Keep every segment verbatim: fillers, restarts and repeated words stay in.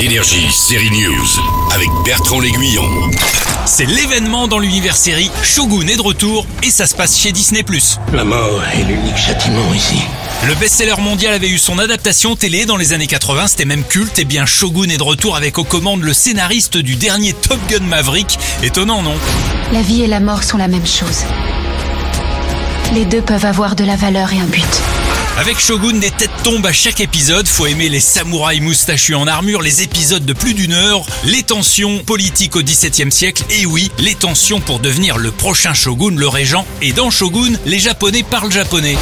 Énergie Série News avec Bertrand L'Aiguillon. C'est l'événement dans l'univers série. Shogun est de retour et ça se passe chez Disney plus. La mort est l'unique châtiment ici. Le best-seller mondial avait eu son adaptation télé dans les années quatre-vingts, c'était même culte. Et bien Shogun est de retour avec aux commandes le scénariste du dernier Top Gun Maverick. Étonnant, non? La vie et la mort sont la même chose. Les deux peuvent avoir de la valeur et un but. Avec Shogun, des têtes tombent à chaque épisode. Faut aimer les samouraïs moustachus en armure, les épisodes de plus d'une heure, les tensions politiques au dix-septième siècle. Et oui, les tensions pour devenir le prochain Shogun, le régent. Et dans Shogun, les Japonais parlent japonais.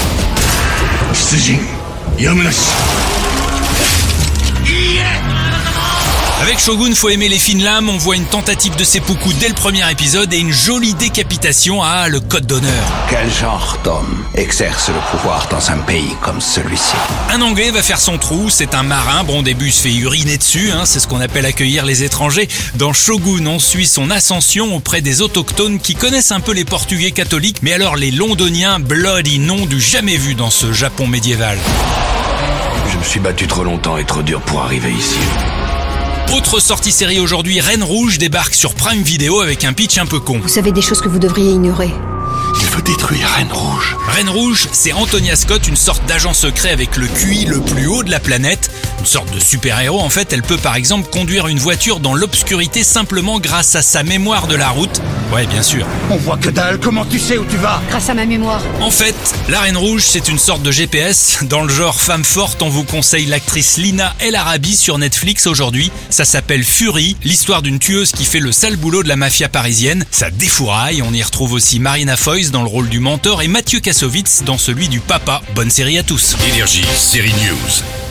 Avec Shogun, faut aimer les fines lames, on voit une tentative de seppuku dès le premier épisode et une jolie décapitation à le code d'honneur. Quel genre d'homme exerce le pouvoir dans un pays comme celui-ci? Un Anglais va faire son trou, c'est un marin, bon au début il se fait uriner dessus, hein, c'est ce qu'on appelle accueillir les étrangers. Dans Shogun, on suit son ascension auprès des autochtones qui connaissent un peu les Portugais catholiques, mais alors les Londoniens, bloody non du jamais vu dans ce Japon médiéval. Je me suis battu trop longtemps et trop dur pour arriver ici. Autre sortie série aujourd'hui, Reine Rouge débarque sur Prime Video avec un pitch un peu con. Vous savez des choses que vous devriez ignorer. Il veut détruire Reine Rouge. Reine Rouge, c'est Antonia Scott, une sorte d'agent secret avec le Q I le plus haut de la planète. Une sorte de super-héros, en fait, elle peut par exemple conduire une voiture dans l'obscurité simplement grâce à sa mémoire de la route. Ouais, bien sûr. On voit que dalle, comment tu sais où tu vas? Grâce à ma mémoire. En fait, la Reine Rouge, c'est une sorte de G P S. Dans le genre femme forte, on vous conseille l'actrice Lina El Arabi sur Netflix aujourd'hui. Ça s'appelle Fury, l'histoire d'une tueuse qui fait le sale boulot de la mafia parisienne. Ça défouraille, on y retrouve aussi Marina Foïs dans le rôle du mentor et Mathieu Kassovitz dans celui du papa. Bonne série à tous. Énergie Série News.